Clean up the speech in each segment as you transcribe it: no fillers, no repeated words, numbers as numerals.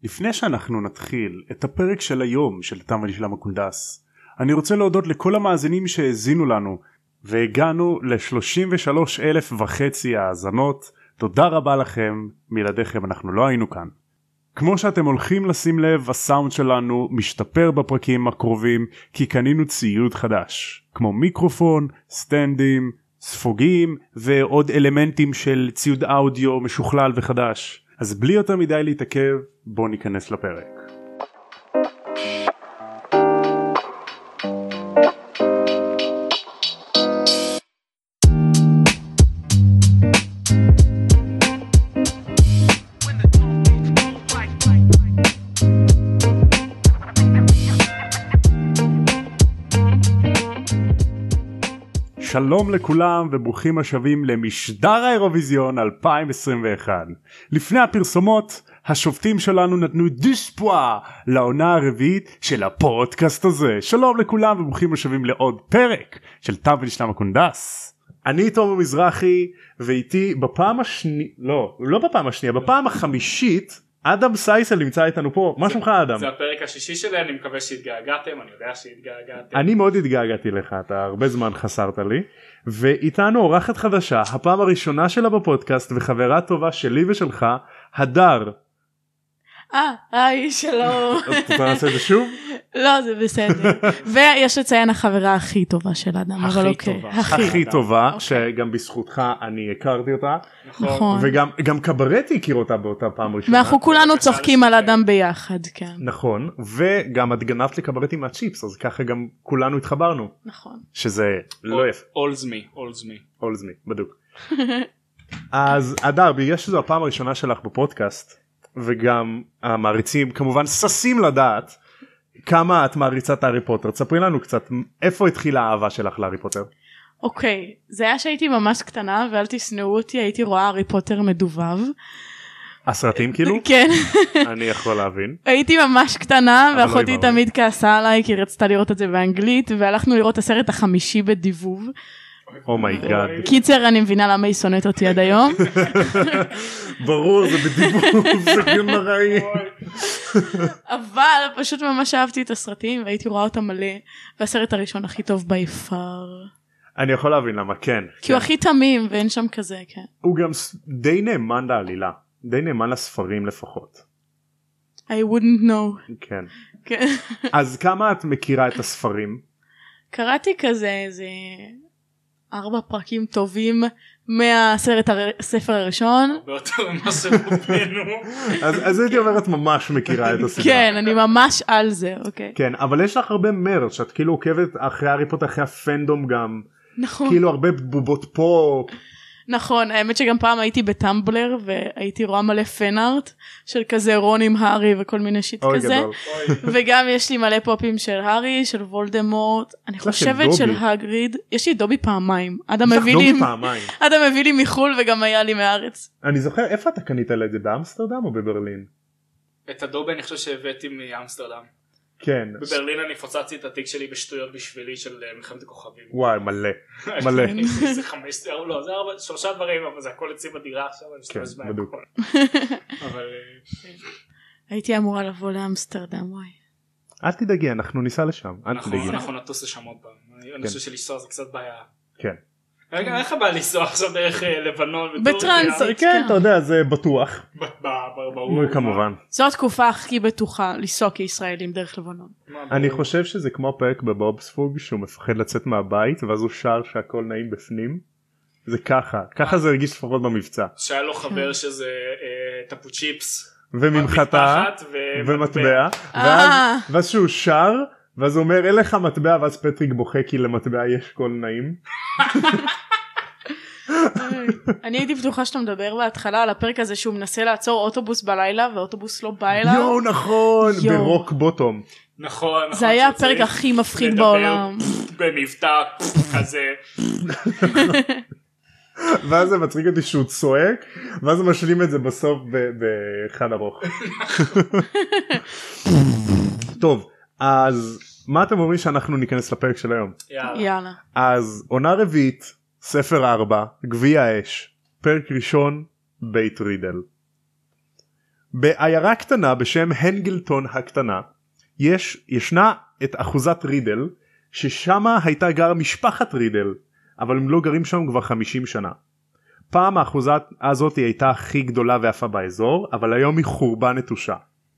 לפני שאנחנו נתחיל את הפרק של היום של תם ונשלם הקונדס, אני רוצה להודות לכל המאזינים שהאזינו לנו, והגענו ל33,500 האזנות. תודה רבה לכם, מלעדיכם אנחנו לא היינו כאן. כמו שאתם הולכים לשים לב, הסאונד שלנו משתפר בפרקים הקרובים, כי קנינו ציוד חדש, כמו מיקרופון, סטנדים, ספוגים ועוד אלמנטים של ציוד אודיו משוכלל וחדש. אז בלי יותר מדי להתעכב, בואו ניכנס לפרק. שלום לכולם וברוכים השבים למשדר האירוויזיון 2021. לפני הפרסומות, השופטים שלנו נתנו דשפואה לעונה הרביעית של הפודקאסט הזה. שלום לכולם וברוכים השבים לעוד פרק של תם ונשלם הקונדס. אני תומר מזרחי, ואיתי בפעם השנייה, לא בפעם השנייה, בפעם החמישית, אדם סייסל נמצא איתנו פה. מה שלומך אדם? זה הפרק השישי שלי, אני מקווה שהתגעגעתם, אני יודע שהתגעגעתם. אני מאוד התגעגעתי לך, אתה הרבה זמן חסרת לי. ואיתנו אורחת חדשה, הפעם הראשונה שלה בפודקאסט וחברה טובה שלי ושלך, הדר. היי, שלום. אתה נעשה את זה שוב? לא, זה בסדר. ויש לציין החברה הכי טובה של אדם, אבל אוקיי. הכי טובה, שגם בזכותך אני הכרתי אותה. נכון. וגם קברטי הכיר אותה באותה פעם ראשונה. ואנחנו כולנו צוחקים על אדם ביחד, כן. נכון, וגם את גנבת לקברטי מהצ'יפס, אז ככה גם כולנו התחברנו. נכון. שזה לא יפה. All's me. בדיוק. אז הדר, בגלל שזו הפעם הראשונה שלך בפודקאסט, וגם המעריצים כמובן ססים לדעת כמה את מעריצה את הארי פוטר. תספרי לנו קצת איפה התחילה האהבה שלך להארי פוטר. אוקיי, זה היה שהייתי ממש קטנה ואל תשנאו אותי, הייתי רואה הארי פוטר מדובב. הסרטים כאילו? כן. אני יכול להבין. הייתי ממש קטנה ואחותי תמיד כעסה עליי כי רצתה לראות את זה באנגלית, והלכנו לראות הסרט החמישי בדיבוב. אומייגאד. קיצר, אני מבינה למה היא שונאת אותי עד היום. ברור, זה בדיבוב, זה גם נוראי. אבל פשוט ממש אהבתי את הסרטים והייתי רואה אותם מלא, והסרט הראשון הכי טוב ביפר. אני יכול להבין למה, כן. כי הוא הכי תמים ואין שם כזה, כן. הוא גם די נאמן לעלילה, די נאמן לספרים לפחות. I wouldn't know. כן. כן. אז כמה את מכירה את הספרים? קראתי כזה איזה 4 פרקים טובים מהספר הראשון. הרבה יותר ממה שרובנו. אז הייתי אומרת ממש מכירה את הסדרה. כן, אני ממש על זה, אוקיי. כן, אבל יש לך הרבה מרץ, שאת כאילו עוקבת אחרי הארי פוטר, אחרי הפנדום גם. נכון. כאילו הרבה בובות פופ. נכון, האמת שגם פעם הייתי בטמבלר והייתי רואה מלא פן-ארט של כזה רון עם הארי וכל מיני שיט כזה. גדול. וגם יש לי מלא פופים של הארי, של וולדמורט, אני חושבת של הגריד. יש לי דובי פעמיים. אדם מביא לי מחול וגם היה לי מארץ. אני זוכר, איפה אתה קנית את זה, באמסטרדם או בברלין? את הדובי אני חושב שהבאתי מאמסטרדם. כן. בברלין אני פוצצתי את התיק שלי בשטויות בשבילי של מלחמת הכוכבים. וואי, מלא. זה 5, לא, זה 3 דברים, אבל זה הכל אצלי בדירה עכשיו, אני משתמש בהם הכל. אבל... הייתי אמורה לבוא לאמסטרדם, וואי. אל תדאגי, אנחנו ניסע לשם. אנחנו נטוס לשם עוד פעם. אני חושב שלנסוע זה קצת בעיה. כן. רגע, איך הבא לנסוע עכשיו דרך לבנון? בטרנסר, כן, אתה יודע, זה בטוח. ברור. כמובן. זו התקופה הכי בטוחה לנסוע כישראלים דרך לבנון. אני חושב שזה כמו הפרק בבובספוג, שהוא מפחד לצאת מהבית, ואז הוא שר שהכל נעים בפנים. זה ככה זה הרגיש לפחות במבצע. שהיה לו חבר שזה טפו צ'יפס. וממחטה ומטבע. ואז שהוא שר, ואז הוא אומר, אין לך מטבע, ואז פטריק בוכה כי למטבע יש קול נעים. אני הייתי בטוחה שאתה מדבר בהתחלה על הפרק הזה שהוא מנסה לעצור אוטובוס בלילה ואוטובוס לא בא אליו. יואו, נכון, ברוק בוטום. נכון. זה היה הפרק הכי מפחיד בעולם. במבטא כזה. ואז זה מצחיק אותי שהוא צועק, ואז משלים את זה בסוף באחד ארוך. טוב, אז מה אתם אומרים שאנחנו ניכנס לפרק של היום? יאללה. אז עונה רביעית, ספר 4, גביע האש, פרק ראשון, בית רידל. בעיירה קטנה בשם הנגלטון הקטנה ישנה את אחוזת רידל, ששמה הייתה גרה משפחת רידל, אבל הם לא גרים שם כבר 50 שנה. פעם האחוזה הזאת הייתה הכי גדולה ויפה באזור, אבל היום היא חורבה נטושה.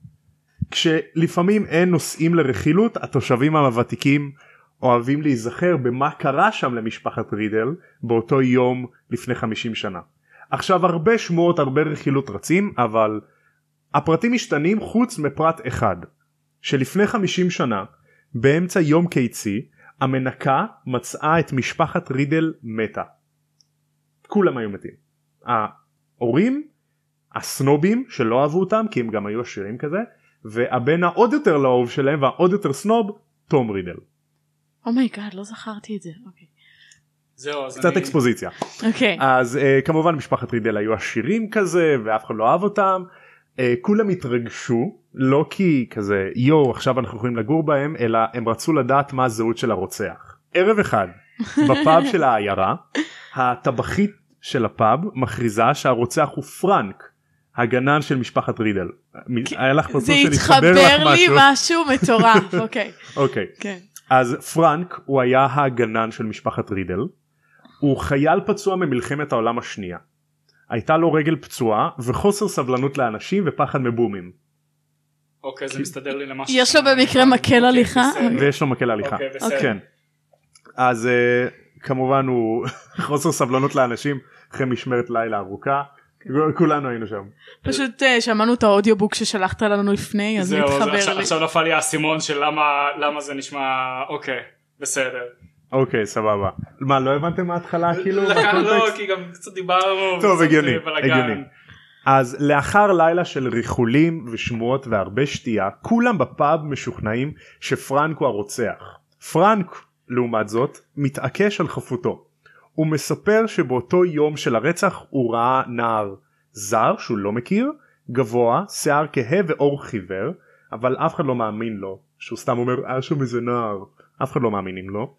כשלפעמים אין נוסעים לרכילות, התושבים הוותיקים אוהבים להיזכר במה קרה שם למשפחת רידל באותו יום לפני 50 שנה. עכשיו הרבה שמועות, הרבה רכילות רצים, אבל הפרטים משתנים חוץ מפרט אחד, שלפני 50 שנה, באמצע יום קיצי, המנקה מצאה את משפחת רידל מתה. כולם היו מתים. ההורים, הסנובים שלא אהבו אותם כי הם גם היו עשירים כזה, והבן העוד יותר לא אהוב שלהם והעוד יותר סנוב, תום רידל. אומייגאד, לא זכרתי את זה. אוקיי. זהו, קצת אקספוזיציה. אוקיי. אז כמובן משפחת רידל היו עשירים כזה ואף אחד לא אהב אותם. כולם התרגשו, לא כי כזה יו עכשיו אנחנו יכולים לגור בהם, אלא הם רצו לדעת מה הזהות של הרוצח. ערב אחד בפאב של העיירה, הטבחית של הפאב מכריזה שהרוצח הוא פרנק, הגנן של משפחת רידל. היה לך פרצוף שנתחבר לי משהו מטורף. אוקיי. אוקיי. אז פרנק הוא היה הגנן של משפחת רידל. הוא חייל פצוע ממלחמת העולם השנייה. הייתה לו רגל פצועה וחוסר סבלנות לאנשים ופחד מבומים. אוקיי, זה מסתדר לי למשהו. יש לו במקרה מקל הליכה. ויש לו מקל הליכה. כן. אז כמובן הוא חוסר סבלנות לאנשים אחרי משמרת לילה ארוכה. כולנו היינו שם. פשוט שמענו את האודיובוק ששלחת לנו לפני, אז נתחבר לי. עכשיו נפל לי האסימון של למה זה נשמע אוקיי, בסדר. אוקיי, סבבה. מה, לא הבנתם מההתחלה כאילו? לא, כי גם קצת דיברנו. טוב, הגיוני. אז לאחר לילה של ריחולים ושמועות והרבה שתייה, כולם בפאב משוכנעים שפרנק הוא הרוצח. פרנק, לעומת זאת, מתעקש על חפותו. הוא מספר שבאותו יום של הרצח הוא ראה נער זר שהוא לא מכיר, גבוה, שיער כהה ואור חיוור, אבל אף אחד לא מאמין לו, שהוא סתם אומר שם איזה נער, אף אחד לא מאמינים לו.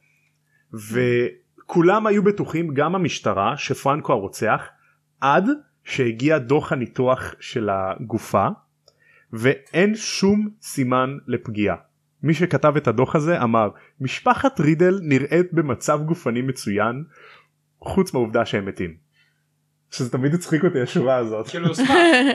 וכולם היו בטוחים, גם המשטרה, שפרנקו הרוצח, עד שהגיע דוח הניתוח של הגופה, ואין שום סימן לפגיעה. מי שכתב את הדוח הזה אמר, משפחת רידל נראית במצב גופני מצוין, חוץ מהעובדה שהם מתים. שזה תמיד הצחיק אותי השורה הזאת. כאילו סתם.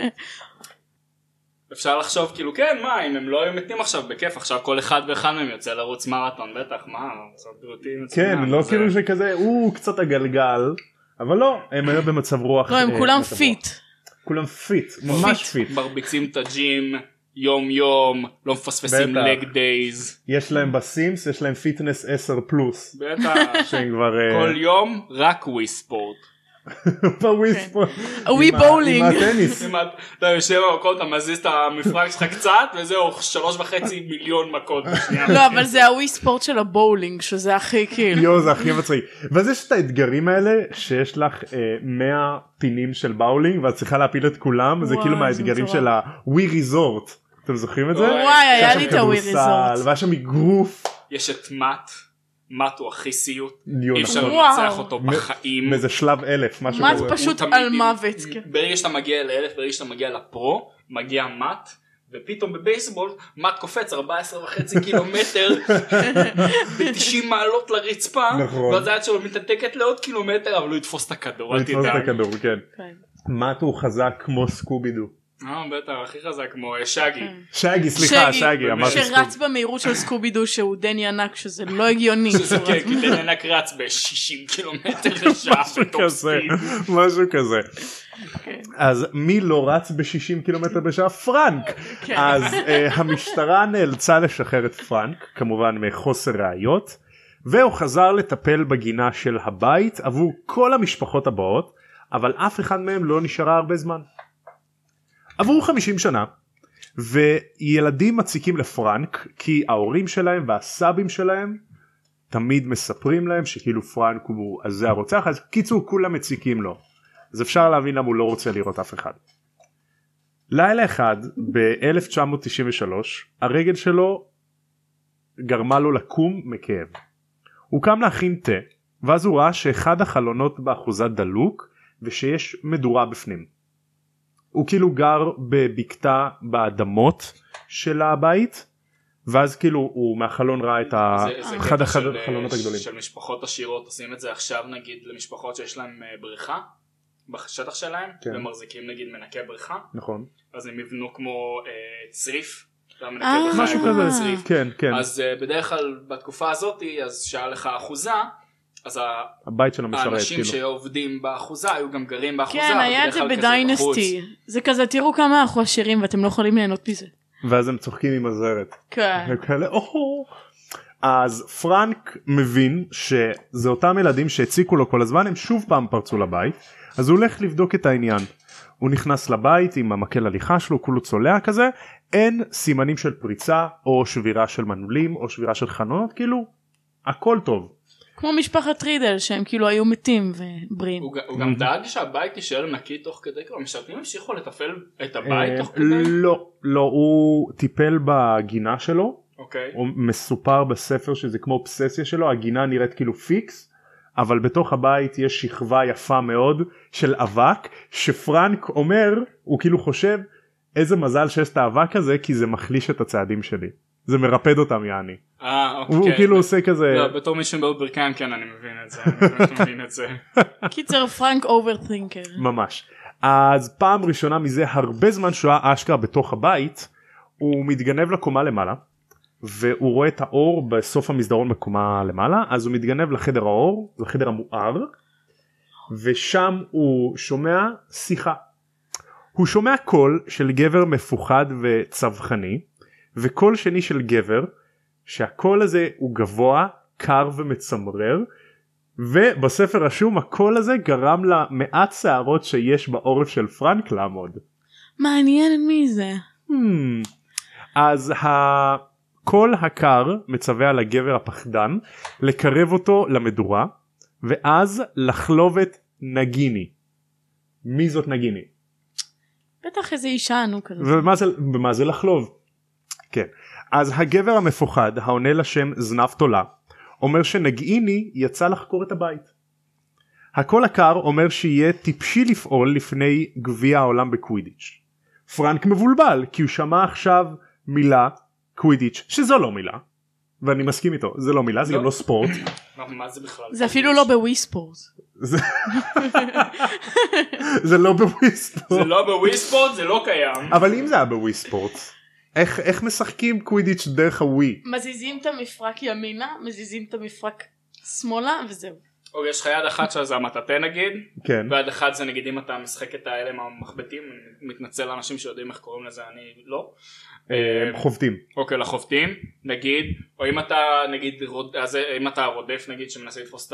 אפשר לחשוב כאילו כן, מה, אם הם לא היו מתים עכשיו בכיף, עכשיו כל אחד ואחד מהם יוצא לרוץ מרתון, בטח, מה, זאת בריאותי מצוין. כן, לא כאילו שכזה, הוא קצת הגלגל, אבל לא, הם היו במצב רוח. לא, הם כולם פיט. כולם פיט, ממש פיט. מרביצים את הג'ים, יום יום, לא מפספסים לג דייז. יש להם בסימס, יש להם פיטנס 10 פלוס. בטח. שהם כבר... כל יום רק ווי ספורט. בווי ספורט. ווי בולינג. עם הטניס. אתה יושב במקום, אתה מזיז את המפרק שלך קצת, וזהו 3.5 מיליון מכות בשנייה. לא, אבל זה הווי ספורט של הבולינג, שזה הכי כאילו. יו, זה הכי מצחיק. ואז יש את האתגרים האלה, שיש לך 100 פינים של באולינג, ואת צריכה להפיל את כולם, זה כאילו מהאתגרים של הווי ריזורט. אתם זוכרים את זה? וואי, היה לי את הווי ריזורט. והיה שם אגרוף. יש את מאט הוא הכי סיוט, אי אפשר לנצח אותו בחיים. מאיזה שלב 1000, משהו כזה. מאט פשוט על מוות. ברגע שאתה מגיע ל1000, ברגע שאתה מגיע לפרו, מגיע מאט, ופתאום בבייסבול, מאט קופץ 14.5 קילומטר, ב-90 מעלות לרצפה, ואז היד שלו מתעתקת לעוד קילומטר, אבל הוא יתפוס את הכדור, אל תדאג. יתפוס את הכדור, כן. מאט הוא חזק כמו סקובידו. בטח, הכי חזק כמו שגי. שגי, סליחה, שגי. שרץ במהירות של סקובידו שהוא דני ענק, שזה לא הגיוני. כן, כי דני ענק רץ ב-60 קילומטר לשעה. משהו כזה. אז מי לא רץ ב-60 קילומטר בשעה? פרנק. אז המשטרה נאלצה לשחרר את פרנק, כמובן מחוסר ראיות, והוא חזר לטפל בגינה של הבית עבור כל המשפחות הבאות, אבל אף אחד מהם לא נשארה הרבה זמן. עברו 50 שנה, וילדים מציקים לפרנק, כי ההורים שלהם והסבים שלהם תמיד מספרים להם שכאילו פרנק הוא זה הרוצח, אז קיצור כולם מציקים לו. אז אפשר להבין למה הוא לא רוצה לראות אף אחד. לילה אחד ב-1993, הרגל שלו גרמה לו לקום מכאב. הוא קם להכין תה, ואז הוא ראה שאחד החלונות באחוזה דלוק, ושיש מדורה בפנים. הוא כאילו גר בבקתה באדמות של הבית, ואז כאילו הוא מהחלון ראה את אחד החלונות הגדולים. של משפחות עשירות עושים את זה עכשיו נגיד למשפחות שיש להם בריכה בשטח שלהם, ומחזיקים נגיד מנקה בריכה. נכון. אז הם יבנו כמו צריף. משהו כזה. כן, כן. אז בדרך כלל בתקופה הזאת, אז שהיה לך אחוזה, אז הבית של המשרת, האנשים שעובדים באחוזה היו גם גרים באחוזה. כן, היה את זה בדיינסטי. זה כזה, תראו כמה אנחנו עשירים ואתם לא יכולים ליהנות מזה. ואז הם צוחקים עם הזרת. כן. וכאלה, אז פרנק מבין שזה אותם ילדים שהציקו לו כל הזמן, הם שוב פעם פרצו לבית, אז הוא הולך לבדוק את העניין. הוא נכנס לבית עם המקל הליכה שלו, כולו צולע כזה, אין סימנים של פריצה או שבירה של מנעולים או שבירה של חלונות, כאילו הכל טוב. כמו משפחת רידל שהם כאילו היו מתים ובריאים. הוא גם דאג שהבית יישאר נקי תוך כדי, כאילו המשרתים המשיכו לתפעל את הבית תוך כדי? לא, הוא טיפל בגינה שלו, אוקיי. הוא מסופר בספר שזה כמו אובססיה שלו, הגינה נראית כאילו פיקס, אבל בתוך הבית יש שכבה יפה מאוד של אבק, שפרנק אומר, הוא כאילו חושב, איזה מזל שיש את האבק הזה, כי זה מחליש את הצעדים שלי. זה מרפד אותם יעני. אוקיי. הוא כאילו עושה כזה... לא, בתור מישהו מאוד ברכיים, כן, אני מבין את זה. אני מבין את זה. קיצר, פרנק אוברתינקר. ממש. אז פעם ראשונה מזה הרבה זמן שהוא היה אשכרה בתוך הבית, הוא מתגנב לקומה למעלה, והוא רואה את האור בסוף המסדרון בקומה למעלה, אז הוא מתגנב לחדר האור, לחדר המואר, ושם הוא שומע שיחה. הוא שומע קול של גבר מפוחד וצווחני, וקול שני של גבר, שהקול הזה הוא גבוה, קר ומצמרר, ובספר רשום הקול הזה גרם למעט שערות שיש בעורף של פרנק לעמוד. מעניין מי זה. אז הקול הקר מצווה על הגבר הפחדן לקרב אותו למדורה, ואז לחלוב את נגיני. מי זאת נגיני? בטח איזה אישה נו כזה. ומה זה לחלוב? כן. אז הגבר המפוחד העונה לשם זנב תולה אומר שנגיני יצא לחקור את הבית. הקול הקר אומר שיהיה טיפשי לפעול לפני גביע העולם בקווידיץ'. פרנק מבולבל כי הוא שמע עכשיו מילה קווידיץ', שזו לא מילה, ואני מסכים איתו, זה לא מילה, זה גם לא ספורט. מה זה בכלל? זה אפילו לא בווי ספורט. זה לא בווי ספורט. זה לא בווי ספורט, זה לא קיים. אבל אם זה היה בווי ספורט, איך משחקים קווידיץ' דרך הווי? מזיזים את המפרק ימינה, מזיזים את המפרק שמאלה וזהו. או יש לך יד אחת שזה המטאטה נגיד, כן. ויד אחת זה נגיד אם אתה משחק את האלה המחבטים, אני מתנצל לאנשים שיודעים איך קוראים לזה, אני לא. חובטים. אוקיי, לחובטים, נגיד, או אם אתה נגיד, אם אתה רודף נגיד שמנסה לתפוס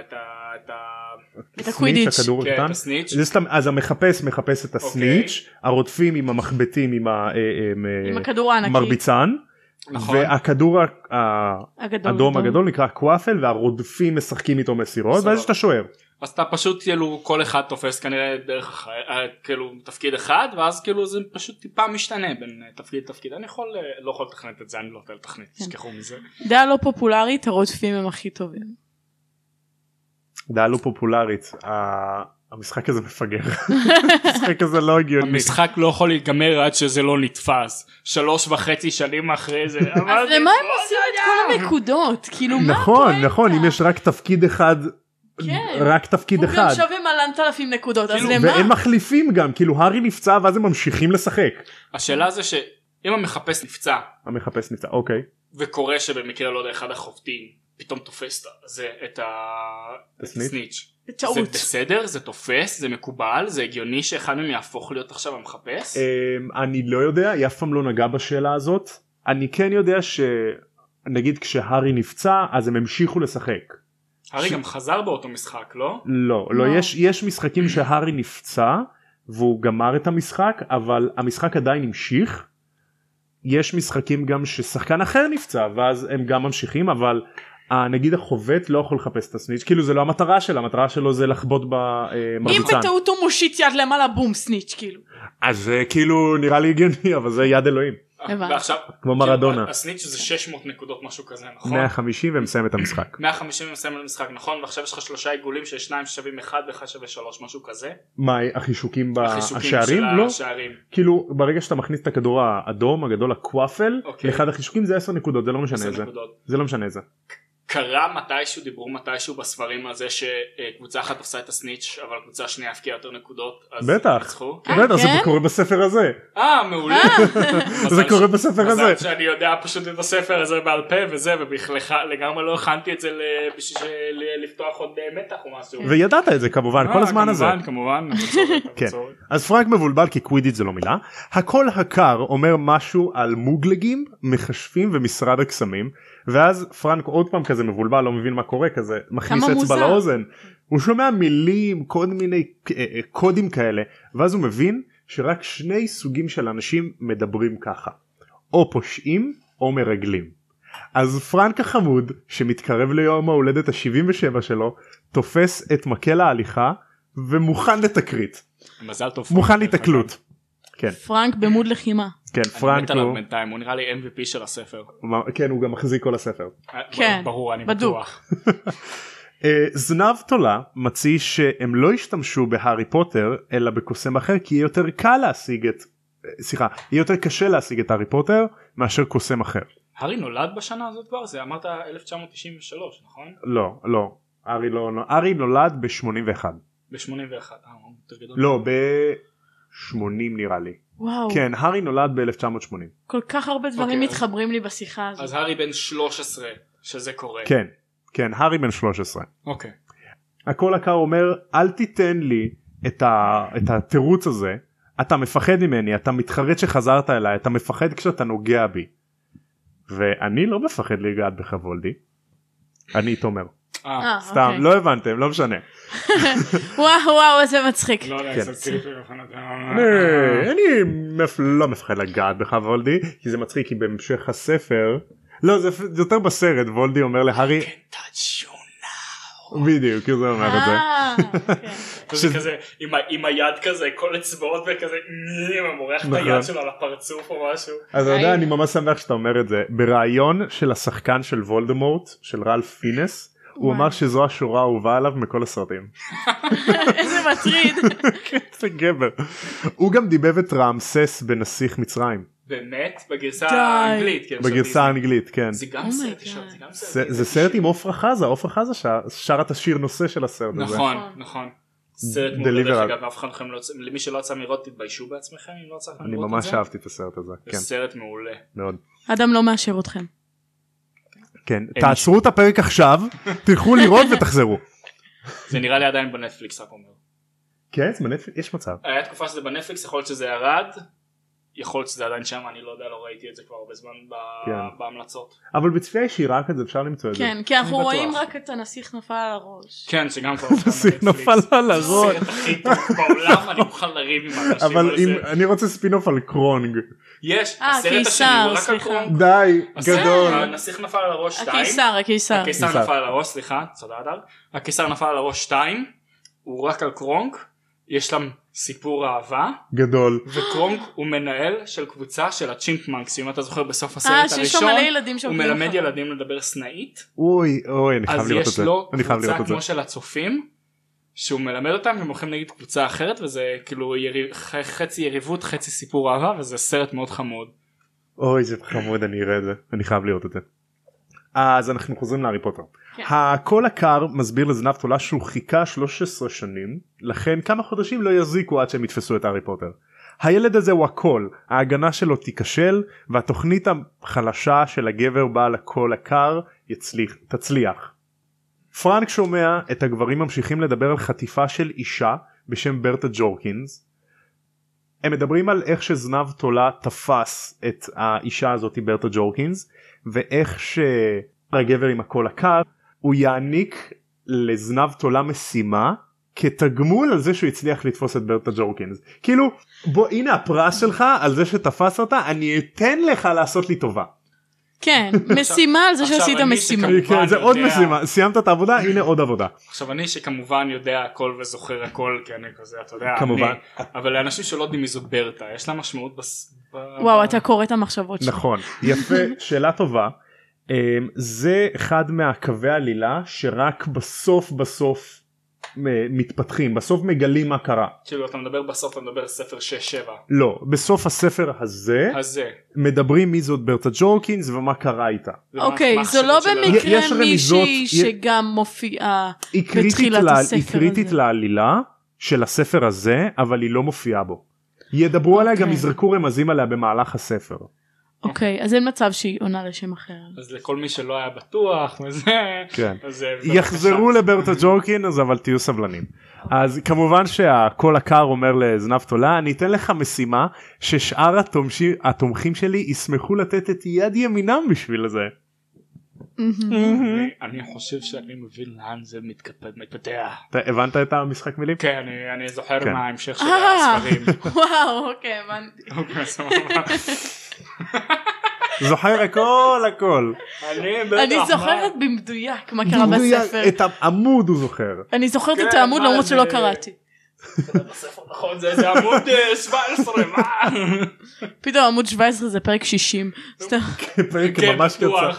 את הקווידיץ'. כן, את הסניץ'. אז המחפש מחפש את הסניץ', הרודפים עם המחבטים עם הכדור הענקי. מרביצן. והכדור האדום הגדול נקרא קוואפל, והרודפים משחקים איתו מסירות, ואז אתה שוער. אז אתה פשוט כאילו כל אחד תופס כנראה דרך כאילו תפקיד אחד, ואז כאילו זה פשוט טיפה משתנה בין תפקיד לתפקיד. אני לא יכול לתכנת את זה, אני לא רוצה לתכנת, תשכחו מזה. דעה לא פופולרית, הרודפים הם הכי טובים. דעה לא פופולרית, המשחק הזה מפגר. המשחק הזה לא הגיוני. המשחק לא יכול להתגמר עד שזה לא נתפס. 3.5 שנים אחרי זה. אז למה הם עושים את כל הנקודות? כאילו מה? נכון, אם יש רק תפקיד אחד, רק תפקיד אחד. הוא גם שווה מלא 1000 נקודות, אז למה? והם מחליפים גם, כאילו הארי נפצע ואז הם ממשיכים לשחק. השאלה זה שאם המחפש נפצע. המחפש נפצע, אוקיי. וקורה שבמקרה לא יודע אחד החובטים. פתאום תופס את הסניץ'. זה בסדר? זה תופס? זה מקובל? זה הגיוני שאחד מהם יהפוך להיות עכשיו המחפש? אני לא יודע, היא אף פעם לא נגע בשאלה הזאת. אני כן יודע שנגיד כשהארי נפצע אז הם המשיכו לשחק. הארי גם חזר באותו משחק, לא? לא, יש משחקים שהארי נפצע והוא גמר את המשחק, אבל המשחק עדיין המשיך. יש משחקים גם ששחקן אחר נפצע ואז הם גם ממשיכים, אבל נגיד החובט לא יכול לחפש את הסניץ', כאילו זה לא המטרה שלו, המטרה שלו זה לחבוט במרביצן. אם בטעות הוא מושיט יד למעלה בום סניץ' כאילו. אז זה כאילו נראה לי הגיוני, אבל זה יד אלוהים. ועכשיו, כמו מרדונה. הסניץ' זה 600 נקודות משהו כזה, נכון? 150 ומסיים את המשחק. 150 ומסיים את המשחק, נכון? ועכשיו יש לך 3 עיגולים של 2 שווים 1 ו1 שווה 3, משהו כזה? מה, החישוקים בשערים? של לא. השערים. כאילו, ברגע שאתה מכניס את הכדור האדום, הגדול, הקוואפל, לאחד החישוקים זה 10 נקודות, זה לא משנה איזה. זה לא משנה איזה. קרה מתישהו, דיברו מתישהו בספרים על זה שקבוצה אחת עושה את הסניץ' אבל קבוצה שנייה הפקיעה יותר נקודות. בטח, בטח, זה קורה בספר הזה. מעולה. זה קורה בספר הזה. מזל שאני יודע פשוט את הספר הזה בעל פה וזה, ולגמרי לא הכנתי את זה בשביל לפתוח עוד מתח או משהו. וידעת את זה כמובן, כל הזמן הזה. כמובן. אז פרנק מבולבל כי קווידיץ' זה לא מילה. הקול הקר אומר משהו על מוגלגים, מחשבים ומשרד הקסמים. ואז פרנק עוד פעם כזה מבולבל, לא מבין מה קורה, כזה מכניס אצבע לאוזן, הוא שומע מילים, כל מיני קודים כאלה, ואז הוא מבין שרק 2 סוגים של אנשים מדברים ככה, או פושעים או מרגלים. אז פרנק החמוד שמתקרב ליום ההולדת ה-77 שלו, תופס את מקל ההליכה ומוכן לתקרית, מזל טוב, מוכן להתקלות. כן. פרנק במוד לחימה. כן, פרנק הוא נראה לי MVP של הספר. כן, הוא גם מחזיק כל הספר. כן, ברור, אני בטוח. זנב תולה מציא שהם לא השתמשו בהארי פוטר אלא בקוסם אחר כי יהיה יותר קל להשיג את, יהיה יותר קשה להשיג את הארי פוטר מאשר קוסם אחר. הארי נולד בשנה הזאת כבר? זה אמרת 1993, נכון? לא, הארי נולד ב-81. ב-81, לא, ב-80 נראה לי. וואו. כן, הארי נולד ב-1980. כל כך הרבה דברים מתחברים לי בשיחה הזאת. אז הארי בן 13 שזה קורה. כן, הארי בן 13. אוקיי. הקול הקר אומר, אל תיתן לי את התירוץ הזה, אתה מפחד ממני, אתה מתחרט שחזרת אליי, אתה מפחד כשאתה נוגע בי. ואני לא מפחד לגעת בך וולדי, אני תומר. סתם, לא הבנתם, לא משנה. וואו, איזה מצחיק. אני לא מפחד לגעת בך וולדי, כי זה מצחיק, כי בהמשך הספר, לא, זה יותר בסרט, וולדי אומר להארי, בדיוק, זה אומר את זה. זה כזה, עם היד כזה, כל אצבעות וכזה, מורח את היד שלו על הפרצוף או משהו. אז אתה יודע, אני ממש שמח שאתה אומר את זה. ברעיון של השחקן של וולדמורט, של רלף פינס, הוא אמר שזו השורה האהובה עליו מכל הסרטים. איזה מטריד. זה גבר. הוא גם דיבב את רעמסס בנסיך מצרים. באמת? בגרסה האנגלית. בגרסה האנגלית, כן. זה גם סרט. זה סרט עם עופרה חזה, עופרה חזה שרה את השיר נושא של הסרט הזה. נכון. סרט מעולה דרך אגב, אף אחד מכם לא, למי שלא יצא לראות תתביישו בעצמכם אם לא יצא לכם לראות את זה. אני ממש אהבתי את הסרט הזה. זה סרט מעולה. מאוד. אדם לא מאשר אתכם. כן, תעצרו את הפרק עכשיו, תלכו לראות ותחזרו. זה נראה לי עדיין בנטפליקס, רק אומר. כן, זה בנטפליקס, יש מצב. היה תקופה שזה בנטפליקס, יכול להיות שזה ירד, יכול להיות שזה עדיין שם, אני לא יודע, לא ראיתי את זה כבר הרבה זמן בהמלצות. אבל בצפייה ישירה כזה אפשר למצוא את זה. כן, כי אנחנו רואים רק את הנסיך נפל על הראש. כן, שגם כבר הנסיך נפל על הראש. הסרט הכי טוב בעולם, אני מוכן לריב עם האנשים אבל אני רוצה ספינוף על קרונג. יש, הסרט השני הוא רק על קרונג. די, גדול. הנסיך נפל על הראש 2. הקיסר נפל על הראש, סליחה, תודה אדר. הקיסר נפל על הראש 2, הוא רק על קרונג. יש להם סיפור אהבה גדול, וקרונג הוא מנהל של קבוצה של הצ'ימפמנקס, אם אתה זוכר בסוף הסרט הראשון הוא מלמד ילדים לדבר סנאית. אוי אני חייב לראות את זה. אז יש לו קבוצה כמו של הצופים שהוא מלמד אותם והם הולכים נגד קבוצה אחרת, וזה כאילו חצי יריבות חצי סיפור אהבה, וזה סרט מאוד חמוד. אוי זה חמוד, אני אראה את זה, אני חייב לראות את זה. אז אנחנו חוזרים להארי פוטר. הקול הקר מסביר לזנב תולה שהוא חיכה 13 שנים, לכן כמה חודשים לא יזיקו עד שהם יתפסו את הארי פוטר. הילד הזה הוא הקול, ההגנה שלו תיכשל, והתוכנית החלשה של הגבר בעל הקול הקר תצליח. פרנק שומע את הגברים ממשיכים לדבר על חטיפה של אישה בשם ברטה ג'ורקינס. הם מדברים על איך שזנב תולה תפס את האישה הזאת ברטה ג'ורקינס, ואיך שהגבר עם הקול הקר הוא יעניק לזנב תולה משימה כתגמול על זה שהוא הצליח לתפוס את ברטה ג'ורקינס. כאילו בוא הנה הפרס שלך על זה שתפס אותה, אני אתן לך לעשות לי טובה. כן, משימה על זה שעשית משימה. כן, זה עוד משימה, סיימת את העבודה, הנה עוד עבודה. עכשיו אני שכמובן יודע הכל וזוכר הכל, כי אני כזה, אתה יודע, כמובן. אבל לאנשים שלא יודעים מי זו ברטה, יש לה משמעות וואו, אתה קורא את המחשבות שלי. נכון, יפה, שאלה טובה. זה אחד מהקווי העלילה שרק בסוף מתפתחים, בסוף מגלים מה קרה. כאילו אתה מדבר בסוף, אתה מדבר ספר 6-7. לא, בסוף הספר הזה מדברים מי זאת ברטה ג'ורקינס ומה קרה איתה. אוקיי, זו לא במקרה מישהי שגם מופיעה בתחילת הספר הזה. היא קריטית לעלילה של הספר הזה, אבל היא לא מופיעה בו. ידברו עליה, גם יזרקו רמזים עליה במהלך הספר. אוקיי, אז אין מצב שהיא עונה לשם אחר. אז לכל מי שלא היה בטוח וזה, יחזרו לברטה ג'ורקינס, אבל תהיו סבלנים. אז כמובן שהכל הקר אומר לזנב תולה, אני אתן לך משימה ששאר התומכים שלי ישמחו לתת את יד ימינם בשביל זה. אני חושב שאני מבין לאן זה מתפתח. אתה הבנת את המשחק מילים? כן, אני זוכר מה ההמשך של הספרים. וואו, אוקיי, הבנתי. זוכר הכל. אני זוכרת במדויק מה קרה בספר. את העמוד הוא זוכר. אני זוכרת את העמוד למרות שלא קראתי. נכון, זה עמוד 17. פתאום עמוד 17 זה פרק 60. פרק ממש קצר.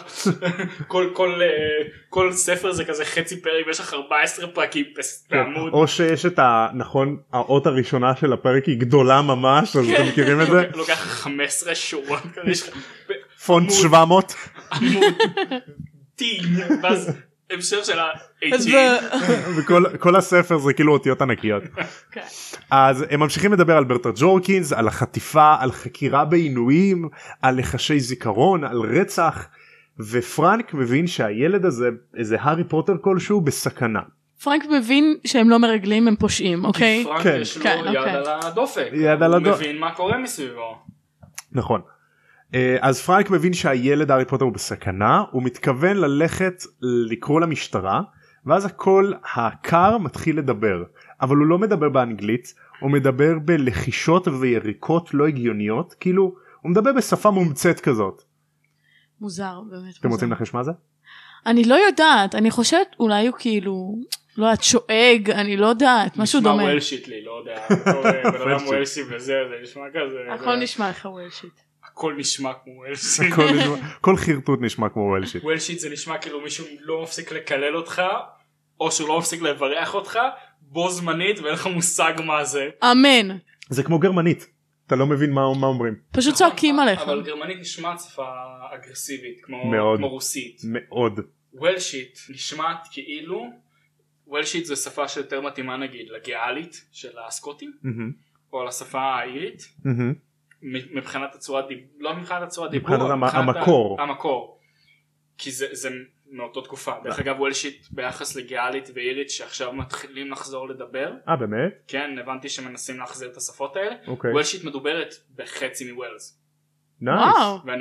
כל ספר זה כזה חצי פרק ויש לך 14 פרקים בעמוד. או שיש את האות הראשונה של הפרק היא גדולה ממש, אז אתם מכירים את זה? לוקח 15 שורות. פונט 700. עמוד. טין. ואז המשך של ה-18. וכל הספר זה כאילו אותיות ענקיות. אז הם ממשיכים לדבר על ברטה ג'ורקינס, על החטיפה, על חקירה בעינויים, על לחשי זיכרון, על רצח, ופרנק מבין שהילד הזה, איזה הארי פוטר כלשהו, בסכנה. פרנק מבין שהם לא מרגלים, הם פושעים, אוקיי? כי פרנק יש לו יד על הדופק. הוא מבין מה קורה מסביבו. נכון. אז פרנק מבין שהילד הארי פוטר הוא בסכנה, הוא מתכוון ללכת לקרוא למשטרה, ואז הכל הקר מתחיל לדבר, אבל הוא לא מדבר באנגלית, הוא מדבר בלחישות ויריקות לא הגיוניות, כאילו הוא מדבר בשפה מומצאת כזאת. מוזר, באמת מוזר. אתם רוצים לנחש מה זה? אני לא יודעת, אני חושבת אולי הוא כאילו, לא את שואג, אני לא יודעת, משהו דומה. נשמע וולשיט לי, לא יודע, בן אדם וולשי וזה, זה נשמע כזה. הכל נשמע לך וולשיט. הכל נשמע כמו וולשיט. כל חרטוט נשמע כמו וולשיט. וולשיט זה נשמע כאילו מישהו לא מפסיק לקלל אותך, או שהוא לא מפסיק לברך אותך, בו זמנית ואין לך מושג מה זה. אמן. זה כמו גרמנית, אתה לא מבין מה אומרים. פשוט צועקים עליך. אבל גרמנית נשמעת שפה אגרסיבית, כמו רוסית. מאוד. וולשיט נשמעת כאילו, וולשיט זה שפה שיותר מתאימה נגיד לגיאלית של הסקוטים, או לשפה האירית. מבחינת הצורת לא מבחינת הצורת דיבור, מבחינת המקור, כי זה מאותו תקופה. דרך אגב וולשיט ביחס לגיאלית ואירית שעכשיו מתחילים לחזור לדבר. באמת? כן, הבנתי שמנסים להחזיר את השפות האלה. וולשיט מדוברת בחצי מווילס. נייס. ואני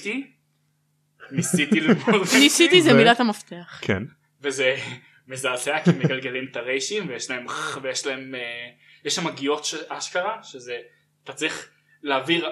ניסיתי ללמוד. ניסיתי זה מילת המפתח. כן. וזה מזעזע כי מגלגלים את הריישים ויש להם יש שם מגיעות אשכרה שזה אתה צריך להעביר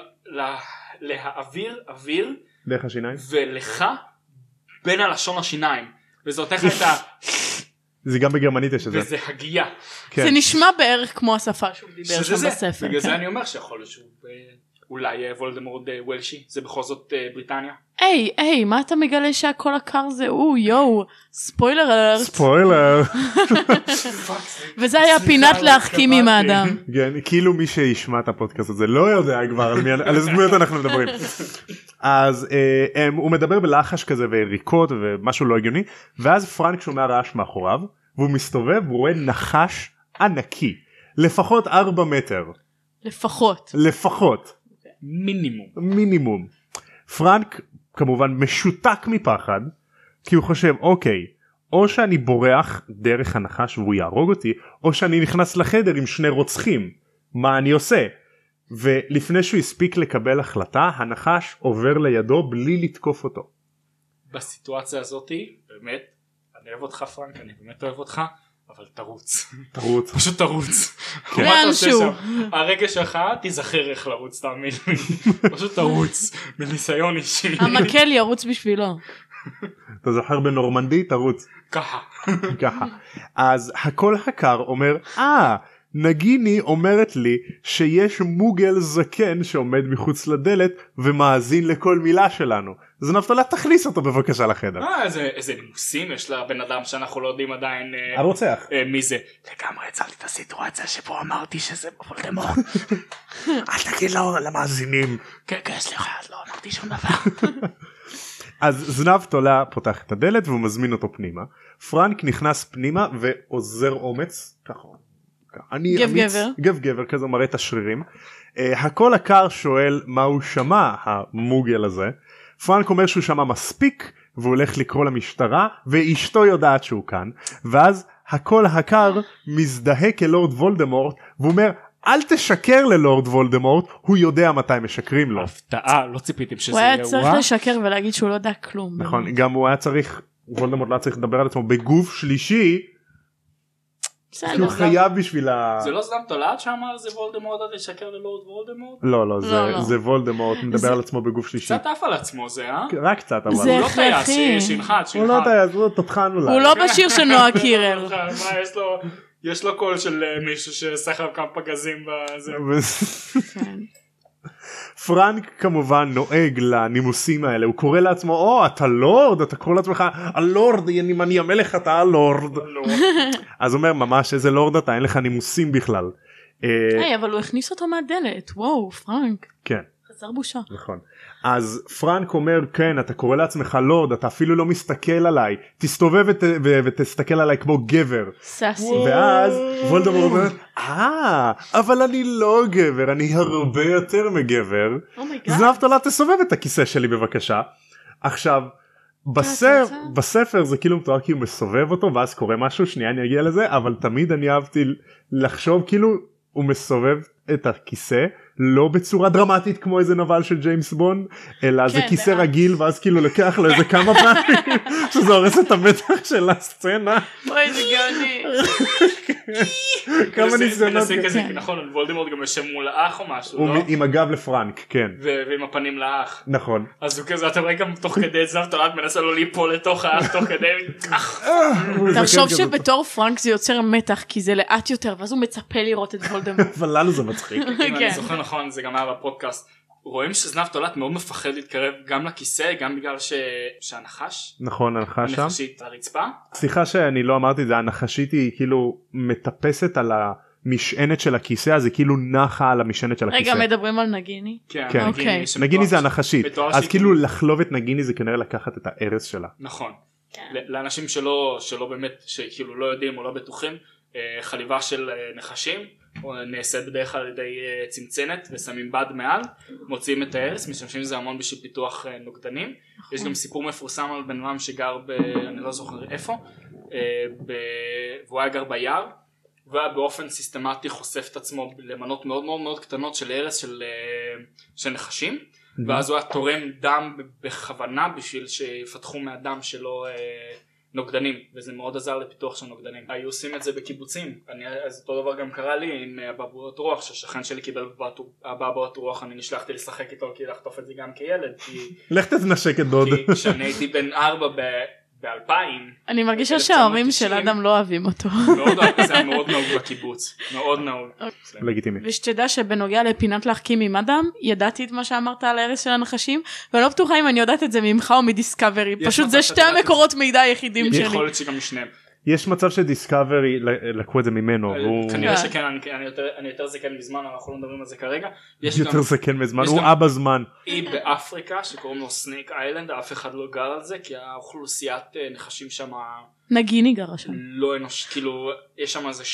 אוויר דרך השיניים ולך בין הלשון השיניים וזה נותן לך את ה... זה גם בגרמנית יש את זה. וזה הגייה. זה נשמע בערך כמו השפה שהוא דיבר שם בספר. בגלל זה אני אומר שיכול להיות שהוא אולי וולדמורט וולשי, זה בכל זאת בריטניה. היי, מה אתה מגלה שהכל הקר זה הוא, יואו, ספוילר אלרט. ספוילר. וזה היה פינת להחכים עם האדם. כן, כאילו מי שישמע את הפודקאסט הזה לא יודע כבר על איזה דמויות אנחנו מדברים. אז הוא מדבר בלחש כזה וריקות ומשהו לא הגיוני, ואז פרנק שומע רעש מאחוריו, והוא מסתובב והוא רואה נחש ענקי, לפחות 4 מטר. לפחות. מינימום. פרנק כמובן משותק מפחד, כי הוא חושב אוקיי, או שאני בורח דרך הנחש והוא יהרוג אותי, או שאני נכנס לחדר עם 2 רוצחים. מה אני עושה? ולפני שהוא הספיק לקבל החלטה, הנחש עובר לידו בלי לתקוף אותו. בסיטואציה הזאת, באמת, אני אוהב אותך פרנק, אני באמת אוהב אותך, אבל תרוץ. פשוט תרוץ. לאנשהו. הרגע שלך תיזכר איך לרוץ, תאמין לי. פשוט תרוץ, בניסיון אישי. המקל ירוץ בשבילו. אתה זוכר בנורמנדי? תרוץ. ככה. אז הכל הקר אומר, נגיני אומרת לי שיש מוגל זקן שעומד מחוץ לדלת ומאזין לכל מילה שלנו. אז נפתולה תכניס אותו בבקשה לחדר. איזה נימוסים יש לבן אדם שאנחנו לא יודעים עדיין הרוצח. מי זה. לגמרי הצלתי את הסיטואציה שבו אמרתי שזה וולדמורט. אל תגיד לו למאזינים. כן, סליחה, לא אמרתי שום דבר. אז זנב תולה פותח את הדלת והוא מזמין אותו פנימה. פרנק נכנס פנימה ועוזר אומץ. ככה. גב גבר כזה מראה את השרירים. הכל הקר שואל מה הוא שמע המוגל הזה. פרנק אומר שהוא שמע מספיק והוא הולך לקרוא למשטרה ואשתו יודעת שהוא כאן, ואז הכל הקר מזדהה כלורד וולדמורט והוא אומר אל תשקר ללורד וולדמורט, הוא יודע מתי משקרים לו. הפתעה, לא ציפיתם שזה הוא היה צריך לשקר ולהגיד שהוא לא יודע כלום. נכון, גם הוא היה צריך, וולדמורט לא צריך לדבר על עצמו בגוף שלישי, הוא חייב בשביל זה לא סתם תולעת שאמר זה וולדמורט עד לשקר ללורד וולדמורט? לא, זה וולדמורט מדבר על עצמו בגוף שלישי. קצת עף על עצמו זה, רק קצת, אבל זה הכרחי. הוא לא טייס, הוא תותחן אולי. הוא לא בשיר של נועה קירל. יש לו קול של מישהו שסחב כמה פגזים בזה. פרנק כמובן נוהג לנימוסים האלה, הוא קורא לעצמו אתה לורד, אתה קורא לעצמך הלורד, אני המלך, אתה הלורד. אז הוא אומר ממש איזה לורד אתה, אין לך נימוסים בכלל. אבל הוא הכניס אותו מהדלת, וואו פרנק. כן. חסר בושה. נכון. אז פרנק אומר כן אתה קורא לעצמך לורד, אתה אפילו לא מסתכל עליי, תסתובב ותסתכל עליי כמו גבר. סאסי. ואז וולדמורט אומר אבל אני לא גבר, אני הרבה יותר מגבר. זנב תולה תסובב את הכיסא שלי בבקשה. עכשיו בספר זה כאילו מתואר כי הוא מסובב אותו ואז קורה משהו, שנייה אני אגיע לזה, אבל תמיד אני אהבתי לחשוב כאילו הוא מסובב את הכיסא לא בצורה דרמטית כמו איזה נבל של ג'יימס בונד, אלא זה כיסא רגיל ואז כאילו לקח לו איזה כמה פעמים שזה הורס את המתח של הסצנה. אוי זה גאוני. כמה ניסיונות. נכון, וולדמורט גם יושב מול האח או משהו, לא? עם הגב לפרנק, כן. ועם הפנים לאח. נכון. אז הוא כזה, אתה רואה גם תוך כדי זנב תולעת מנסה לו ליפול לתוך האח תוך כדי. תחשוב שבתור פרנק זה יוצר מתח כי זה לאט יותר ואז הוא מצפה לראות את וולדמורט. אבל לנו זה מצחיק. אם אני זוכר נכון, זה גם היה בפודקאסט. רואים שזנב תולעת מאוד מפחד להתקרב גם לכיסא, גם בגלל שהנחש. נכון, הנחש שם. הנחשית הרצפה. סליחה שאני לא אמרתי את זה, הנחשית היא כאילו מטפסת על המשענת של הכיסא, אז היא כאילו נחה על המשענת של הכיסא. רגע, מדברים על נגיני? כן, נגיני זה הנחשית. אז כאילו לחלוב את נגיני זה כנראה לקחת את הארץ שלה. נכון. לאנשים שלא באמת, שכאילו לא יודעים או לא בטוחים, חליבה של נחשים נעשית בדרך כלל על ידי צמצנת ושמים בד מעל, מוציאים את הארץ, משתמשים בזה המון בשביל פיתוח נוגדנים. יש גם סיפור מפורסם על בן אדם שגר אני לא זוכר איפה, והוא היה גר ביער והיה באופן סיסטמטי חושף את עצמו למנות מאוד מאוד מאוד קטנות של ארץ של נחשים, ואז הוא היה תורם דם בכוונה בשביל שיפתחו מהדם שלו נוגדנים, וזה מאוד עזר לפיתוח של נוגדנים. היו עושים את זה בקיבוצים, אז אותו דבר גם קרה לי עם אבעבועות רוח, שהשכן שלי קיבל אבעבועות רוח, אני נשלחתי לשחק איתו כי לחטוף את זה גם כילד. לך תנשק את דוד. כי כשאני הייתי בן 4 ב-2000. אני מרגישה שההורים של אדם לא אוהבים אותו. זה היה מאוד נהוג בקיבוץ, מאוד נהוג. לגיטימי. ושתדע שבנוגע לפינת להחכים עם אדם, ידעתי את מה שאמרת על הארץ של הנחשים, ואני לא בטוחה אם אני יודעת את זה ממך או מדיסקאברי, פשוט זה שתי המקורות מידע היחידים שלי. יכול להיות שגם משניהם. יש מצב שדיסקאברי לקחו את זה ממנו. כנראה שכן, אני יותר זקן מזמן, אנחנו לא מדברים על זה כרגע. יותר זקן מזמן, הוא אבא זמן. אי באפריקה שקוראים לו סנייק איילנד, אף אחד לא גר על זה, כי האוכלוסיית נחשים שם נגיני גרה שם. לא אנוש, כאילו יש שם איזה,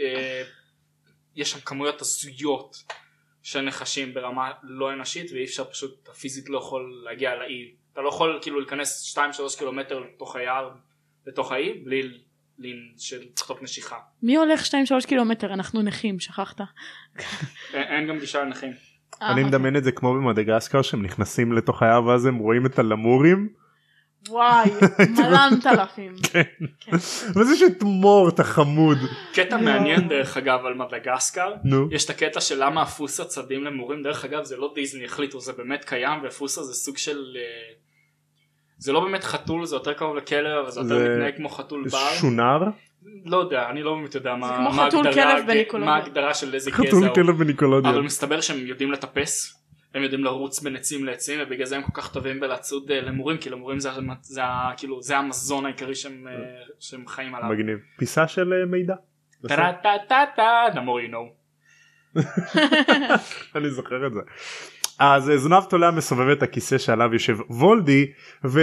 יש שם כמויות הזויות של נחשים ברמה לא אנושית, ואי אפשר פשוט, הפיזית לא יכול להגיע לאי. אתה לא יכול כאילו להיכנס 2-3 קילומטר לתוך היער, לתוך האי, בלי של צחוק נשיכה. מי הולך 2-3 קילומטר? אנחנו נכים, שכחת. אין גם גישה לנכים. אני מדמיין את זה כמו במדגסקר, שהם נכנסים לתוך היער ואז הם רואים את הלמורים. וואי, מלנת אלפים. כן. וזה שתמור, אתה חמוד. קטע מעניין דרך אגב על מדגסקר. יש את הקטע של למה הפוסה צדים למורים. דרך אגב זה לא דיזני החליטו, זה באמת קיים, והפוסה זה סוג של... זה לא באמת חתול, זה יותר קרוב לכלב, אבל זה יותר מתנהג כמו חתול בר. שונר? לא יודע, אני לא באמת יודע מה ההגדרה של איזה גזע. חתול כלב בניקולודיה. אבל מסתבר שהם יודעים לטפס, הם יודעים לרוץ בין עצים לעצים, ובגלל זה הם כל כך טובים בלצוד למורים, כי למורים זה המזון העיקרי שהם חיים עליו. מגניב. פיסה של מידע. the more you know. אני זוכר את זה. אז זנב תולע מסובב את הכיסא שעליו יושב וולדי,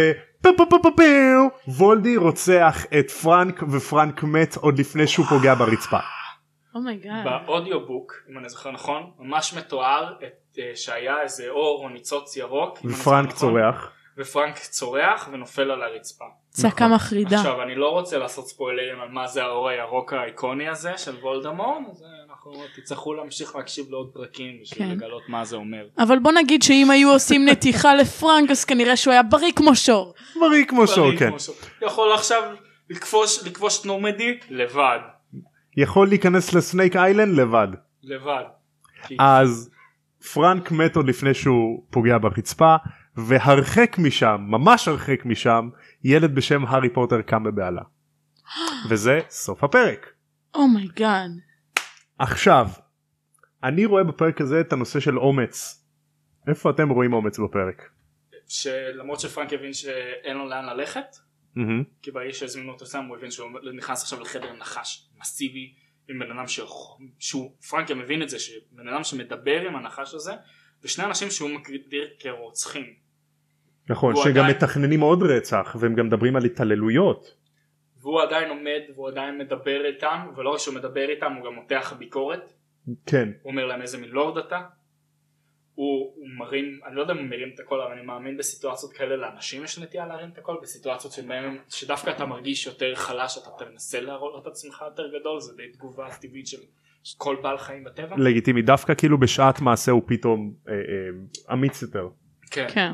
וולדי רוצח את פרנק, ופרנק מת עוד לפני שהוא פוגע ברצפה. באודיובוק, אם אני זוכר נכון, ממש מתואר שהיה איזה אור או ניצוץ ירוק, ופרנק צורח. ופרנק צורח ונופל על הרצפה. צעקה מחרידה. עכשיו אני לא רוצה לעשות ספוילרים על מה זה האור הירוק האיקוני הזה של וולדמורט, אז אנחנו תצטרכו להמשיך להקשיב לעוד פרקים בשביל לגלות מה זה אומר. אבל בוא נגיד שאם היו עושים נתיחה לפרנק אז כנראה שהוא היה בריא כמו שור. בריא כמו שור, כן. יכול עכשיו לכבוש את נורמדי לבד. יכול להיכנס לסנייק איילנד לבד. אז פרנק מת עוד לפני שהוא פוגע ברצפה, והרחק משם, ממש הרחק משם, ילד בשם הארי פוטר קם בבעלה. וזה סוף הפרק. אומייגאד. עכשיו, אני רואה בפרק הזה את הנושא של אומץ. איפה אתם רואים אומץ בפרק? שלמרות שפרנק הבין שאין לו לאן ללכת, כי באיש שהזמינו אותו שם, הוא הבין שהוא נכנס עכשיו לחדר נחש מסיבי, עם בן אדם פרנק מבין את זה, שבן אדם שמדבר עם הנחש הזה, ושני אנשים שהוא מגדיר כרוצחים. נכון, שגם מתכננים עוד רצח, והם גם מדברים על התעללויות. והוא עדיין עומד, והוא עדיין מדבר איתם, ולא רק שהוא מדבר איתם, הוא גם מותח ביקורת. כן. הוא אומר להם איזה מלורד אתה. הוא מרים, אני לא יודע אם הוא מרים את הכל, אבל אני מאמין בסיטואציות כאלה, לאנשים יש נטייה להרים את הכל, בסיטואציות שבהם, שדווקא אתה מרגיש יותר חלש, אתה תנסה להראות את עצמך יותר גדול, זה די תגובה טבעית של כל בעל חיים בטבע. לגיטימי, דווקא כאילו בשעת מעשה הוא פתאום אמיץ יותר. כן.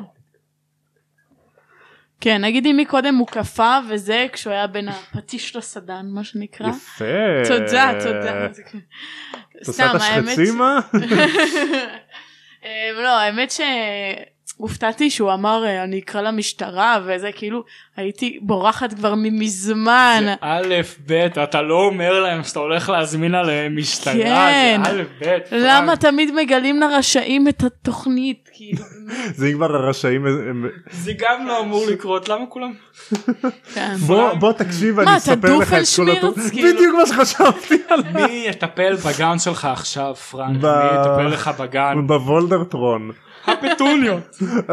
כן, נגיד אם מקודם הוא קפה וזה כשהוא היה בין הפטיש לסדן, מה שנקרא. יפה. תודה. תעשה את השחצימה? לא, האמת שהופתעתי שהוא אמר אני אקרא למשטרה וזה כאילו הייתי בורחת כבר מזמן. זה א' ב' אתה לא אומר להם שאתה הולך להזמין עליהם משטרה, כן. זה א' ב'. למה תמיד מגלים לרשעים את התוכנית כאילו. זה כבר הרשעים. זה גם לא אמור לקרות, למה כולם? בוא תקשיב אני אספר לך את כל התוכנית. בדיוק מה שחשבתי עליו. מי יטפל בגן שלך עכשיו פרנק? מי יטפל לך בגן? בוולדרטרון. הפטוניות.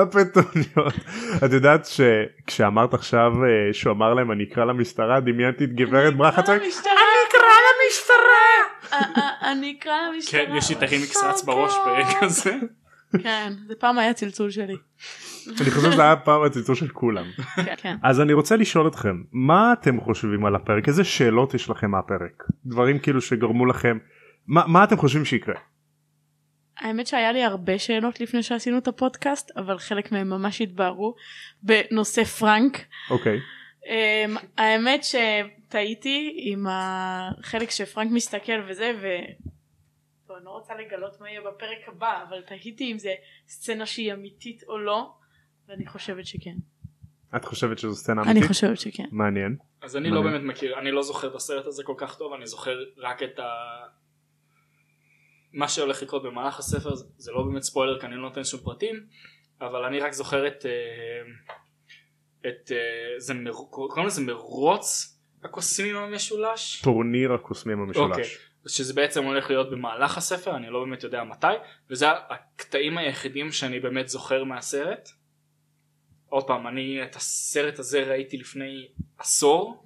את יודעת שכשאמרת עכשיו שהוא אמר להם אני אקרא למשטרה, דמיינתי את גברת ברכה צועק אני אקרא למשטרה. כן, יש לי את הרימיקס רץ בראש ברגע זה. כן, זה פעם היה צלצול שלי. אני חושב שזה היה פעם הצלצול של כולם. כן. אז אני רוצה לשאול אתכם, מה אתם חושבים על הפרק? איזה שאלות יש לכם מהפרק? דברים כאילו שגרמו לכם, מה אתם חושבים שיקרה? האמת שהיה לי הרבה שאלות לפני שעשינו את הפודקאסט, אבל חלק מהם ממש התבהרו בנושא פרנק. אוקיי. האמת שטעיתי עם החלק שפרנק מסתכל וזה, אני לא רוצה לגלות מה יהיה בפרק הבא, אבל תהיתי אם זה סצנה שהיא אמיתית או לא, ואני חושבת שכן. את חושבת שזו סצנה אמיתית? אני חושבת שכן. מעניין. אז אני לא באמת מכיר, אני לא זוכר את הסרט הזה כל כך טוב, אני זוכר רק את מה שהולך לקרות במהלך הספר, זה לא באמת ספוילר כי אני לא נותן שום פרטים, אבל אני רק זוכר קוראים לזה מרוץ הקוסמים המשולש? טורניר הקוסמים המשולש. אוקיי, שזה בעצם הולך להיות במהלך הספר, אני לא באמת יודע מתי, וזה הקטעים היחידים שאני באמת זוכר מהסרט. עוד פעם, אני את הסרט הזה ראיתי לפני עשור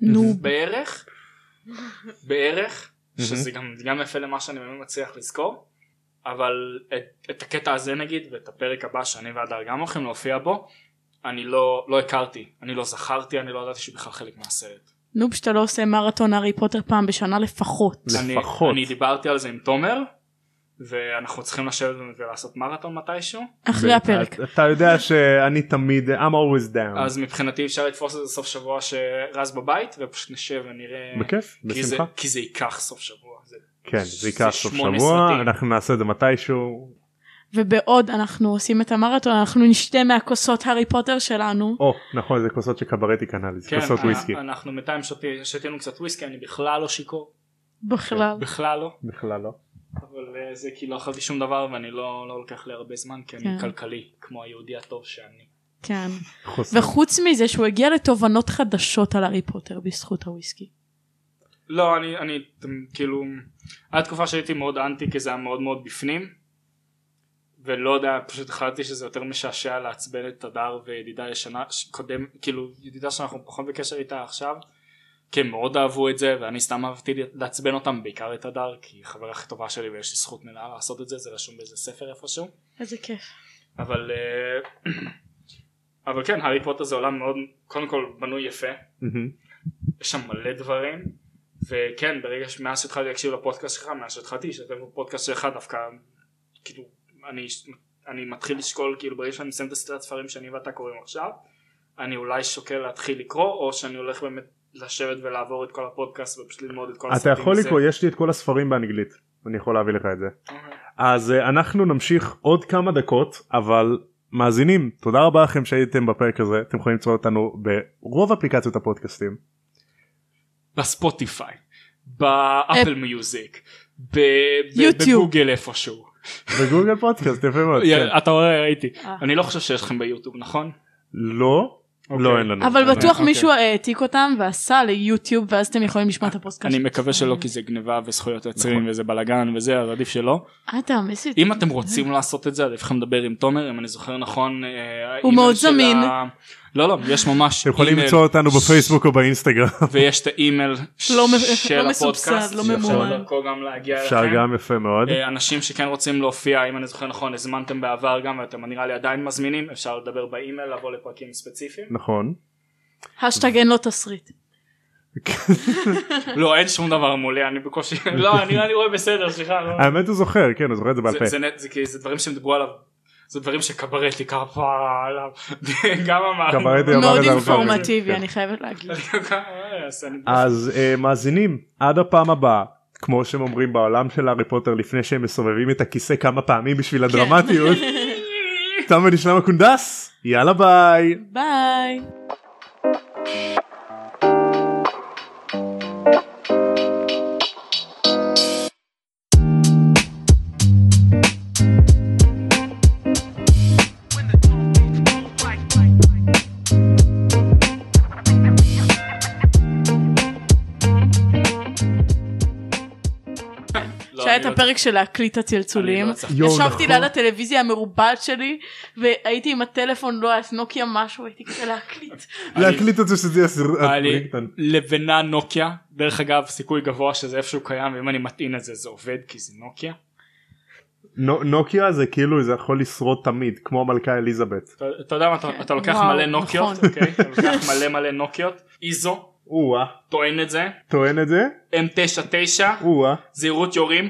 בערך, שזה גם יפה למה שאני באמת מצליח לזכור, אבל את הקטע הזה נגיד ואת הפרק הבא שאני והדר גם הולכים להופיע בו, אני לא הכרתי, אני לא זכרתי, אני לא ידעתי שבכלל חלק מהסרט. נוב שאתה לא עושה מרתון הארי פוטר פעם בשנה לפחות. אני דיברתי על זה עם תומר, ואנחנו צריכים לשבת ולעשות מרתון מתישהו. אחרי הפרק. אתה יודע שאני תמיד, I'm always down. אז מבחינתי אפשר לתפוס את זה סוף שבוע שרז בבית, ופשוט נשב ונראה. בכיף, בשמחה. כי זה ייקח סוף שבוע. כן, זה ייקח סוף שבוע, אנחנו נעשה את זה מתישהו. ובעוד אנחנו עושים את המרתון, אנחנו נשתה מהכוסות הארי פוטר שלנו. נכון, זה כוסות שקברטי קנה לי, זה כוסות וויסקי. אנחנו בינתיים שתינו קצת וויסקי, אני בכלל לא שיקור. בכלל לא. אבל זה כי לא אכלתי שום דבר ואני לא לוקח לי הרבה זמן, כי אני כלכלי, כמו היהודי הטוב שאני. כן. וחוץ מזה שהוא הגיע לתובנות חדשות על הארי פוטר בזכות הוויסקי. לא, אני כאילו, הייתה תקופה שהייתי מאוד אנטי, כי זה היה מאוד מאוד בפנים, ולא יודע, פשוט החלטתי שזה יותר משעשע לעצבן את הדר וידידה ישנה, קודם, כאילו, ידידה שאנחנו פחות בקשר איתה עכשיו, כי הם מאוד אהבו את זה, ואני סתם אהבתי לעצבן אותם, בעיקר את הדר, כי היא חברה הכי טובה שלי ויש לי זכות מלאה לעשות את זה, זה רשום באיזה ספר איפשהו. איזה כיף. אבל כן, הארי פוטר זה עולם מאוד, קודם כל בנוי יפה, יש שם מלא דברים, וכן, ברגע מאז שהתחלתי להקשיב לפודקאסט שלך, מאז שהתחלתי שאתם בפודקאסט שלך דווקא, כאילו, אני מתחיל לשקול, כאילו ברגע שאני מסיים את הסדרת ספרים שאני ואתה קוראים עכשיו, אני אולי שוקל להתחיל לקרוא, או שאני הולך באמת לשבת ולעבור את כל הפודקאסט ופשוט ללמוד את כל הסרטים. אתה יכול לקרוא, יש לי את כל הספרים באנגלית, אני יכול להביא לך את זה. אז אנחנו נמשיך עוד כמה דקות, אבל מאזינים, תודה רבה לכם שהייתם בפרק הזה, אתם יכולים למצוא אותנו ברוב אפליקציות הפודקאסטים. בספוטיפיי, באפל מיוזיק, ביוטיוב. בגוגל איפשהו. בגוגל פודקאסט, יפה מאוד. אתה רואה, ראיתי. אני לא חושב שיש לכם ביוטיוב, נכון? לא, לא אין לנו. אבל בטוח מישהו העתיק אותם ועשה ליוטיוב, ואז אתם יכולים לשמוע את הפודקאסט. אני מקווה שלא, כי זה גניבה וזכויות יוצרים וזה בלגן וזה, אז עדיף שלא. אם אתם רוצים לעשות את זה, עדיף לכם לדבר עם תומר, אם אני זוכר נכון. הוא מאוד זמין. לא, יש ממש. אתם יכולים למצוא אותנו בפייסבוק או באינסטגרם. ויש את האימייל של הפודקאסט. לא ממומן. אפשר גם יפה מאוד. אנשים שכן רוצים להופיע, אם אני זוכר נכון, הזמנתם בעבר גם, ואתם נראה לי עדיין מזמינים, אפשר לדבר באימייל, לבוא לפרקים ספציפיים. נכון. השטג אין לו תסריט. לא, אין שום דבר מולי, אני בקושי, לא, אני רואה בסדר, סליחה. האמת הוא זוכר, כן, הוא זוכר את זה בעל פה. זה דברים שהם דיברו עליו. זה דברים שקברטי קרפה עליו, גם אמר. מאוד אינפורמטיבי, אני חייבת להגיד. אז מאזינים, עד הפעם הבאה, כמו שהם אומרים בעולם של הארי פוטר, לפני שהם מסובבים את הכיסא כמה פעמים בשביל הדרמטיות, תם ונשלם הקונדס, יאללה ביי. ביי. שהיה את הפרק של להקליט הצלצולים, ישבתי ליד הטלוויזיה המרובעת שלי והייתי עם הטלפון, לא היה נוקיה משהו, הייתי כזה להקליט את זה שזה יהיה סרט. לבנה נוקיה, דרך אגב סיכוי גבוה שזה איפשהו קיים, ואם אני מטעין את זה זה עובד כי זה נוקיה. נוקיה זה כאילו זה יכול לשרוד תמיד כמו המלכה אליזבת. אתה יודע מה, אתה לוקח מלא נוקיות, אתה לוקח מלא נוקיות, איזו טוען את זה M99 זהירות יורים.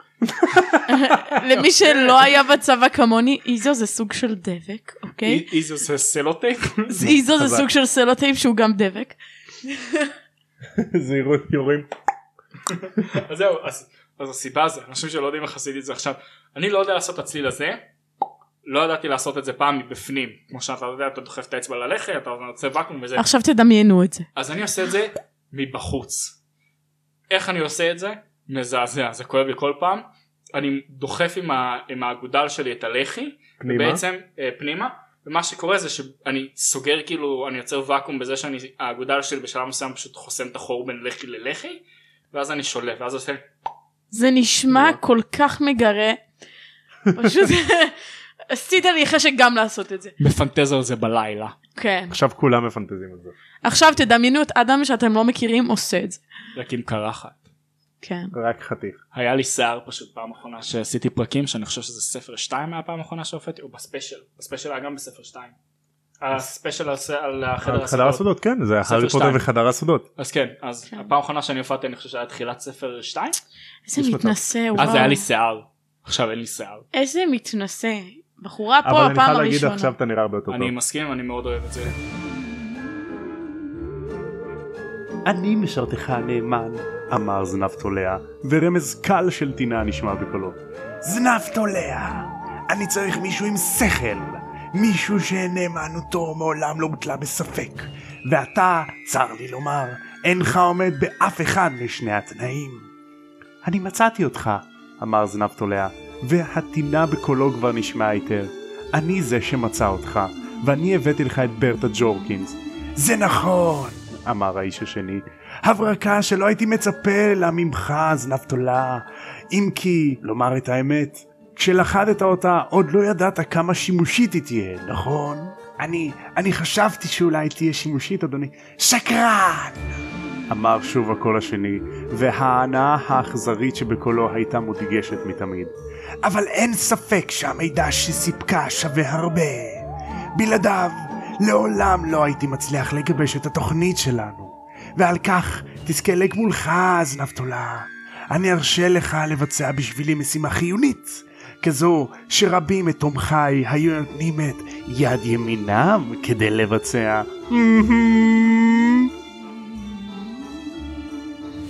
למי שלא היה בצבא כמוני, איזו זה סוג של דבק, אוקיי? איזו זה סלוטייפ. איזו זה סוג של סלוטייפ שהוא גם דבק. זהירות יורים. אז זהו, אז הסיבה זה, אנשים שלא יודעים איך עשיתי את זה עכשיו, אני לא יודע לעשות את הצליל הזה, לא ידעתי לעשות את זה פעם מבפנים, כמו שאתה יודע, אתה דוחף את האצבע ללחי, אתה עושה ואקום וזה. עכשיו תדמיינו את זה. אז אני עושה את זה מבחוץ. איך אני עושה את זה? מזעזע, זה כואב לי כל פעם. אני דוחף עם האגודל שלי את הלחי, ובעצם פנימה, ומה שקורה זה שאני סוגר כאילו, אני יוצר ואקום בזה שהאגודל שלי בשלב מסוים פשוט חוסם את החור בין לחי ללחי, ואז אני שולף, ואז עושה... זה נשמע כל כך מגרה, פשוט... עשית לי חשק גם לעשות את זה. מפנטז על זה בלילה. כן. עכשיו כולם מפנטזים על זה. עכשיו תדמיינו את אדם שאתם לא מכירים עושה את זה. רק עם קרחת. כן. רק חתיך. היה לי שיער פשוט פעם אחרונה שעשיתי פרקים, שאני חושב שזה ספר 2 מהפעם האחרונה שהופעתי, או בספיישל. בספיישל היה גם בספר 2. הספיישל על חדר הסודות, כן, זה הארי פוטר וחדר הסודות. אז כן, אז הפעם האחרונה שאני הופעתי, אני חושב שהיה תחילת ספר 2. איזה מתנשא, וואו. אז היה לי שיער. עכשיו אין לי שיער. איזה מתנשא. בחורה פה הפעם הראשונה. אבל אני חייב להגיד עכשיו אתה נראה הרבה יותר טוב. אני מסכים, אני מאוד אוהב את זה. אני משרתך הנאמן, אמר זנב תולע, ורמז קל של טינה נשמע בקולו. זנב תולע, אני צריך מישהו עם שכל, מישהו שנאמנותו מעולם לא הוטלה בספק, ואתה, צר לי לומר, אינך עומד באף אחד משני התנאים. אני מצאתי אותך, אמר זנב תולע, והתינה בקולו כבר נשמע היטב. אני זה שמצא אותך, ואני הבאתי לך את ברטה ג'ורקינס. זה נכון, אמר האיש השני, הברקה שלא הייתי מצפה לה ממך, זנב תולע. אם כי, לומר את האמת, כשלחדת אותה עוד לא ידעת כמה שימושית היא תהיה, נכון? אני חשבתי שאולי תהיה שימושית, אדוני. שקרן! אמר שוב הקול השני, וההנאה האכזרית שבקולו הייתה מודגשת מתמיד. אבל אין ספק שהמידע שסיפקה שווה הרבה. בלעדיו, לעולם לא הייתי מצליח לגבש את התוכנית שלנו. ועל כך תזכה לגמולך, זנב תולע. אני ארשה לך לבצע בשבילי משימה חיונית, כזו שרבים מתומכי היו נותנים את יד ימינם כדי לבצע.